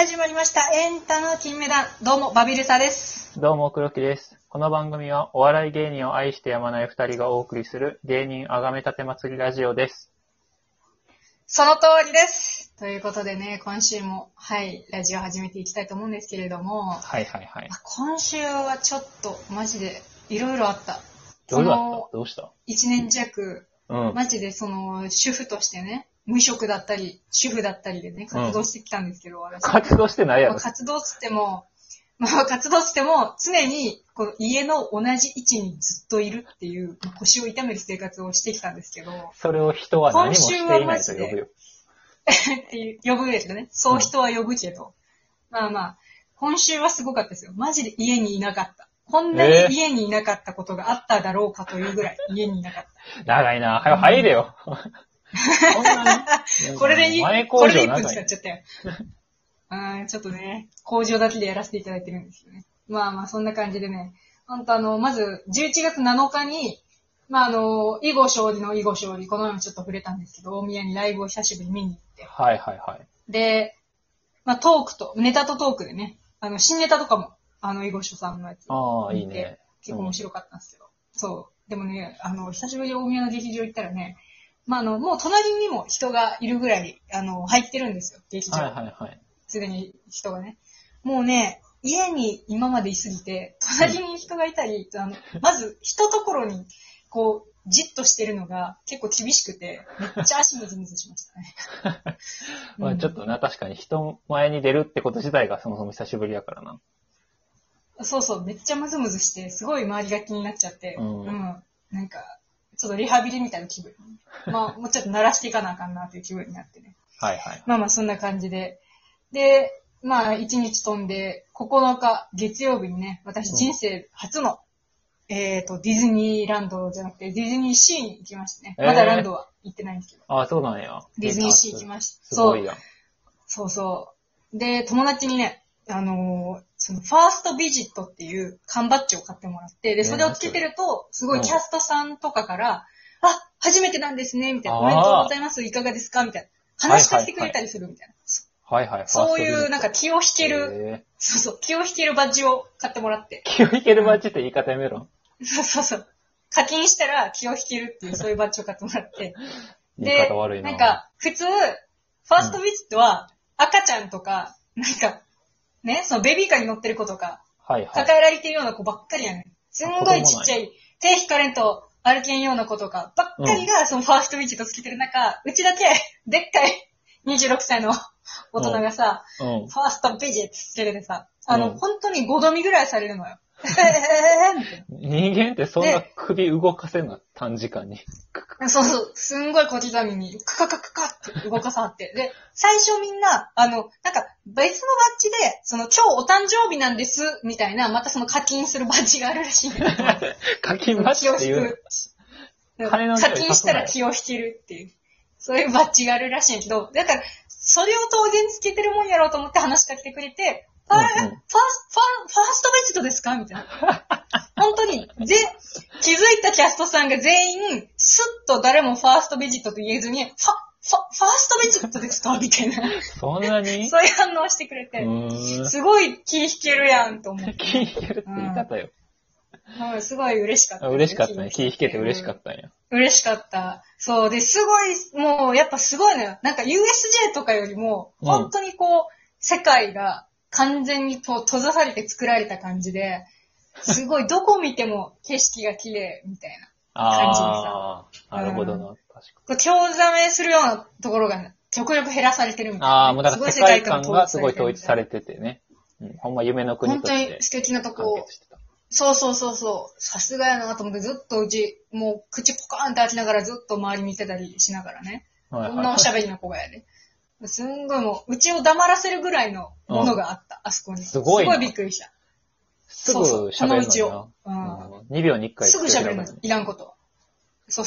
始まりました。エンタの金メダル。どうも、バビルサです。 どうも、黒木です。この番組はお笑い芸人を愛してやまない二人がお送りする芸人あがめたて祭りラジオです。 その通りです。ということでね、今週も、ラジオ始めていきたいと思うんですけれども、 はい。 今週はちょっと、マジで、いろいろあった。 どうした一年弱、マジで主婦としてね、無職だったり、主婦だったりでね、活動してきたんですけど、私。 活動してないやろ。 活動しても、常にこの家の同じ位置にずっといるっていう、腰を痛める生活をしてきたんですけど、 それを人は何もしていないと呼ぶよ。 っていう呼ぶけどね。そう人は呼ぶけど。今週はすごかったですよ。マジで家にいなかった。こんなに家にいなかったことがあっただろうかというぐらい家にいなかった。 長いな。入れよ。 これで1分使っちゃったよ。ちょっとね、工場だけでやらせていただいてるんですよね。そんな感じでね。まず、11月7日に、囲碁将棋の囲碁将棋、この前もちょっと触れたんですけど、大宮にライブを久しぶりに見に行って。 はい。 で、ネタとトークでね、新ネタとかも、囲碁書さんのやつ。 いいね。 結構面白かったんですけど。そう。でもね、久しぶりに大宮の劇場行ったらね、もう隣にも人がいるぐらい、入ってるんですよ、劇場。 はい。 すでに人がね。もうね、家に今までいすぎて、隣に人がいたり、まず、一ところに、こう、じっとしてるのが結構厳しくて、めっちゃ足ムズムズしましたね。 ちょっとな、確かに人前に出るってこと自体がそもそも久しぶりやからな。 そう、めっちゃムズムズして、すごい周りが気になっちゃって、なんか、ちょっとリハビリみたいな気分。もうちょっと慣らしていかなあかんなという気分になってね。 はい。 そんな感じで。で、1日飛んで、9日月曜日にね、私人生初の、ディズニーランドじゃなくて、ディズニーシーに行きましたね。まだランドは行ってないんですけど。 そうなんや。 ディズニーシー行きました。 すごいやん。 そう。で、友達にね、ファーストビジットっていう缶バッジを買ってもらって、で、それをつけてると、すごいキャストさんとかから、初めてなんですね、みたいな。おめでとうございます、いかがですかみたいな。話しかけてくれたりするみたいな。 はい。 そういう、なんか気を引ける、気を引けるバッジを買ってもらって。 気を引けるバッジって言い方やめろ。 そう。課金したら気を引けるっていう、そういうバッジを買ってもらって。 言い方悪いな。 なんか、普通、ファーストビジットは、赤ちゃんとか、なんか、ね、そのベビーカーに乗ってる子とか、抱えられてるような子ばっかりやねん。すんごいちっちゃい、手引かれんと歩けんような子とかばっかりが、そのファーストビジットつけてる中、うちだけ、でっかい26歳の大人がさ、ファーストビジットつけててさ、本当に5度見ぐらいされるのよ。 人間ってそんな首動かせんな、短時間に。 そう、すんごい小刻みに、カって動かさって。で、最初みんな、なんか、別のバッジで、今日お誕生日なんです、みたいな、また課金するバッジがあるらしいんだけど。 課金バッジっていう課金したら気を引けるっていう、そういうバッジがあるらしいんだけど、だから、それを当然つけてるもんやろうと思って話しかけてくれて、ファーストベジットですかみたいな。本当に、気づいたキャストさんが全員、スッと誰もファーストベジットと言えずに、ファーストベジットですかみたいな。 そんなにそういう反応してくれて、すごい気引けるやんと思って。 気引けるって言い方よ。 すごい嬉しかった。 嬉しかったね。気引けて嬉しかったんや。 嬉しかった。そう。で、すごい、もう、やっぱすごいのよ。なんか USJ とかよりも、本当に世界が完全に閉ざされて作られた感じで、すごいどこ見ても景色が綺麗みたいな感じでさ。 なるほどな。確かに。興ざめするようなところが極力減らされてるみたいな。 もうだから世界観がすごい統一されててね。ほんま夢の国として。 本当に素敵なとこ。そう。さすがやなと思ってずっとうち、もう口ポカーンって開きながらずっと周り見てたりしながらね。こんなおしゃべりの子がやで。すんごいもう、うちを黙らせるぐらいのものがあった、あそこに。すごいびっくりした。 すぐ喋るのにな。 このうちを。 2秒に1回。 すぐ喋るのに、いらんこと。そう。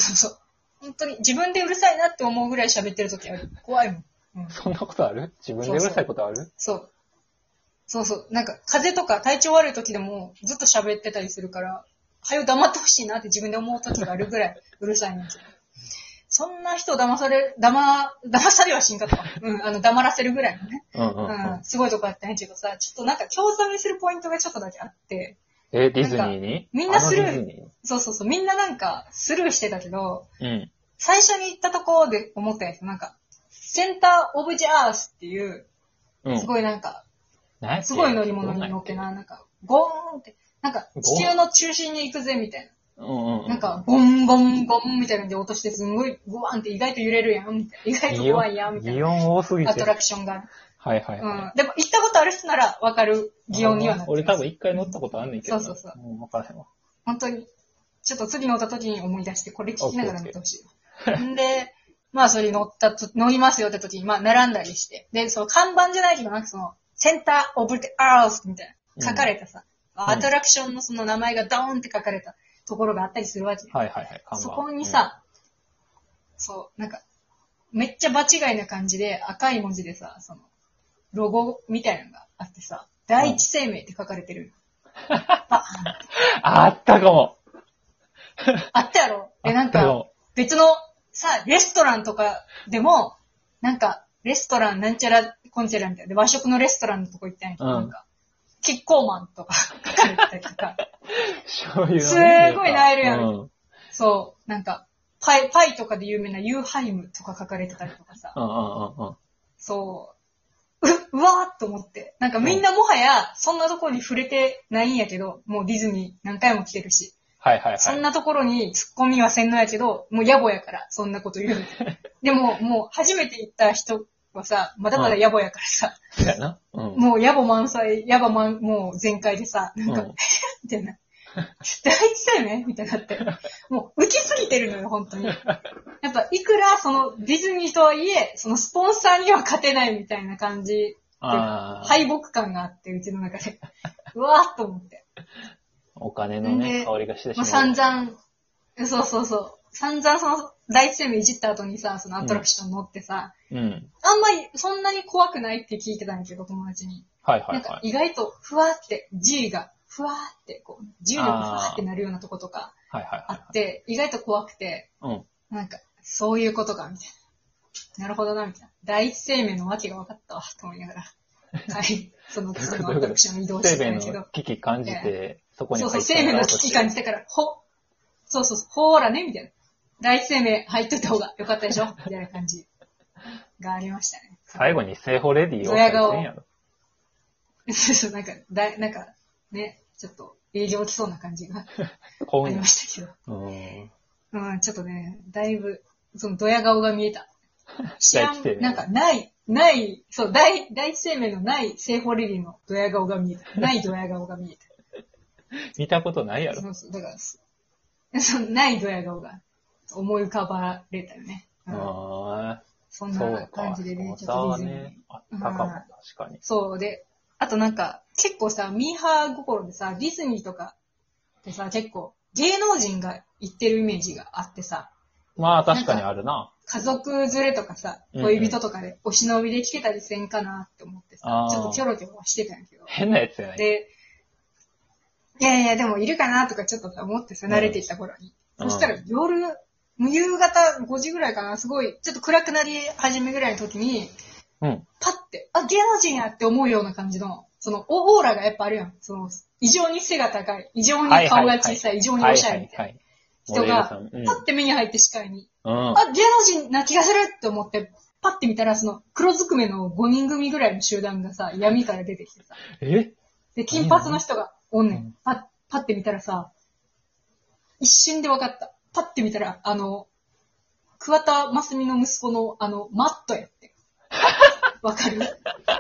本当に自分でうるさいなって思うぐらい喋ってるときは怖いもん。 そんなことある？自分でうるさいことある？ そう。なんか、風邪とか体調悪い時でもずっと喋ってたりするから、はよ黙ってほしいなって自分で思う時があるぐらいうるさいんですよ。 そんな人騙されはしんかったわ。黙らせるぐらいのね。すごいとこやったんやけどさ、ちょっとなんか興ざめするポイントがちょっとだけあって。 ディズニーにみんなスルー、そう、みんななんかスルーしてたけど、最初に行ったところで思ったやつ、なんか、センターオブジャースっていう、すごいなんか、すごい乗り物に乗ってなんか、ゴーンって、なんか地球の中心に行くぜみたいな。なんか、ゴンゴンゴンみたいなので落としてすんごいゴワンって意外と揺れるやん、みたいな。意外と怖いやん、みたいな。 擬音多すぎて。 アトラクションが。 はい。 でも行ったことある人ならわかる擬音にはなってる。 俺多分一回乗ったことあんねんけど。 そう。 わからへんわ。 本当に、ちょっと次乗った時に思い出して、これ聞きながら乗ってほしい。んで、まあそれ乗りますよって時に、まあ並んだりして。で、その看板じゃないけど、なんかその、センターオブジャースみたいな、書かれたさ、アトラクションのその名前がドーンって書かれたところがあったりするわけ。 はい。 そこにさ、そう、なんか、めっちゃ場違いな感じで赤い文字でさ、その、ロゴみたいなのがあってさ、第一生命って書かれてる。 あったかも。 あったやろ。なんか、別のさ、レストランとかでも、なんか、レストランなんちゃらコンチェラみたいな。で、和食のレストランのとこ行ったんやけど、なんか、キッコーマンとか書かれてたりとか。すごいなえるやん。そう、なんか、パイとかで有名なユーハイムとか書かれてたりとかさ。そう。うわーっと思って。なんかみんなもはや、そんなところに触れてないんやけど、もうディズニー何回も来てるし。そんなところに突っ込みはせんのやけど、もう野暮やから、そんなこと言うの。でも、もう初めて行った人はさ、まだまだ野暮やからさ。もう野暮満載、もう全開でさ、なんか、みたいな。第一生命みたいになって。もう浮きすぎてるのよ、本当に。やっぱ、いくら、その、ディズニーとはいえ、そのスポンサーには勝てないみたいな感じ。敗北感があって、うちの中で。うわーっと思って。 お金のね、香りがしてしまう。 散々、そう。散々その、第一生命いじった後にさ、そのアトラクション乗ってさ、あんまりそんなに怖くないって聞いてたんだけど、友達に。なんか意外とふわって、G がふわって、こう、重力がふわってなるようなとことかあって、意外と怖くて、なんか、そういうことか、みたいな。なるほどな、みたいな。第一生命のわけが分かったわ、と思いながら。その次のアトラクション移動してたんだけど。 生命の危機感じて、そこに入って。そう、生命の危機感じてから、ほーらね、みたいな。第一生命入っといた方がよかったでしょみたいな感じがありましたね。 最後にセーフレディーを書いてんやろ。 そう、なんか、ね、ちょっと営業来そうな感じがありましたけど。ちょっとね、だいぶ、そのドヤ顔が見えた。なんか、ない、そう、第一生命のないセーフレディーのドヤ顔が見えた。ないドヤ顔が見えた。 見たことないやろ。 そう、だから、ないドヤ顔が思い浮かばれたよね。そんな感じでね、ちょっとディズニー。 あったかも、確かに。 そうで、あとなんか、結構さ、ミーハー心でさ、ディズニーとかってさ、結構、芸能人が行ってるイメージがあってさ。 まあ確かにあるな。 家族連れとかさ、恋人とかでお忍びで来てたりせんかなって思ってさ、ちょっとキョロキョロしてたんやけど。 変なやつやね。 で、いや、でもいるかなとかちょっと思ってさ、慣れていった頃に。そしたら夕方5時ぐらいかな、すごい、ちょっと暗くなり始めぐらいの時に、パッて、芸能人やって思うような感じの、その、オーラがやっぱあるやん。その、異常に背が高い、異常に顔が小さい、異常におしゃれみたいな人が、パッて目に入って視界に、芸能人な気がするって思って、パッて見たら、その、黒ずくめの5人組ぐらいの集団がさ、闇から出てきてさ。で、金髪の人がおんねん。パッて見たらさ、一瞬で分かった。パッて見たら、桑田真澄の息子の、マットやって。わかる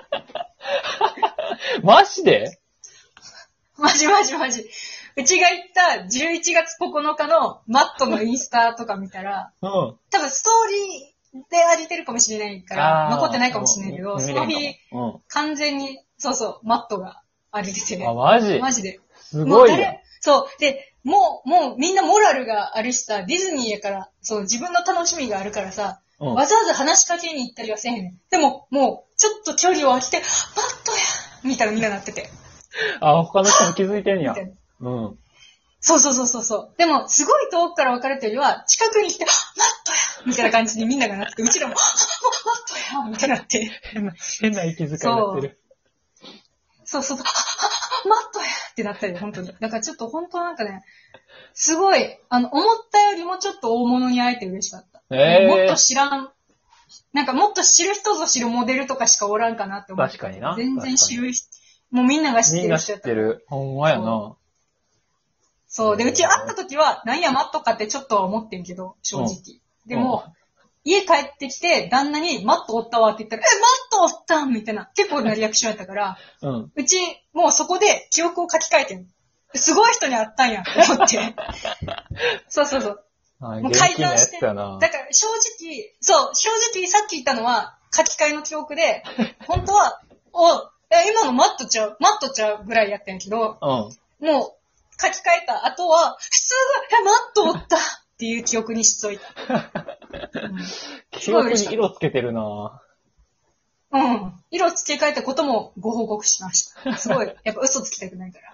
マジでマジ。うちが行った11月9日のマットのインスタとか見たら、多分ストーリーで上げてるかもしれないから、残ってないかもしれないけど、その日、完全に、そう、マットが上げてて。マジで。 すごいよ。 そう。で、もうみんなモラルがあるしさ、ディズニーやから、そう、自分の楽しみがあるからさ、わざわざ話しかけに行ったりはせへんねん。でも、もう、ちょっと距離を空けて、マットやみたいなみんななってて。 他の人も気づいてんや。 そうそうそうそうそう。でも、すごい遠くから分かるというよりは、近くに来て、マットやみたいな感じにみんながなって、うちらも、マットやみたいになって。 変な息遣いになってる。 そう、マットやってなったよ、本当に。だからちょっと本当なんかね、すごい、思ったよりもちょっと大物に会えて嬉しかった。もっと知らん、なんかもっと知る人ぞ知るモデルとかしかおらんかなって思って。 確かにな。 全然知る人、もうみんなが知ってる人やった。 みんな知ってる。ほんまやな。 そう。で、うち会った時は、なんやマットかってちょっとは思ってんけど、正直。でも、家帰ってきて、旦那にマットおったわって言ったら、マットおったんみたいな、結構なリアクションやったから、うち、もうそこで記憶を書き換えてん。すごい人に会ったんや、と思って。そうそうそう。もう改ざんして。だから正直さっき言ったのは書き換えの記憶で、本当は、今のマットちゃうぐらいやったんやけど、もう書き換えた後は、すごい、マットおったっていう記憶にしといた。 記憶に色つけてるなぁ。色付け替えたこともご報告しました。すごい、やっぱ嘘つきたくないから。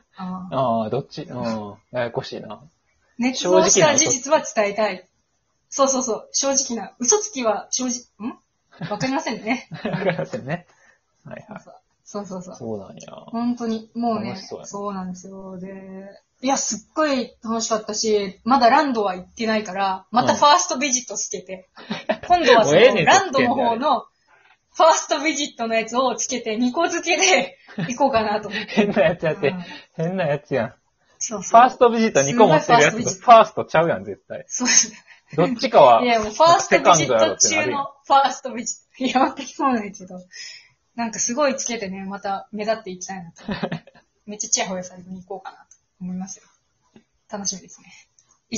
どっちややこしいな。 捏造した事実は伝えたい。そうそうそう。正直な。嘘つきは正直、わかりませんね。 わかりませんね。はいはい。 そうそう。 そうなんや。 本当に、もうね、そうなんですよ。で、いや、すっごい楽しかったし、まだランドは行ってないから、またファーストビジットつけて、今度はそのランドの方のファーストビジットのやつをつけて、2個付けで行こうかなと思って。 変なやつやって、変なやつやん。 そう。 ファーストビジット2個持ってるやつとファーストちゃうやん、絶対。 そうですね。 どっちかは。 いや、もうファーストビジット中のファーストビジット。いや、全くそうないけど。なんかすごいつけてね、また目立っていきたいなと。めっちゃチヤホヤされに行こうかなと思いますよ。楽しみですね。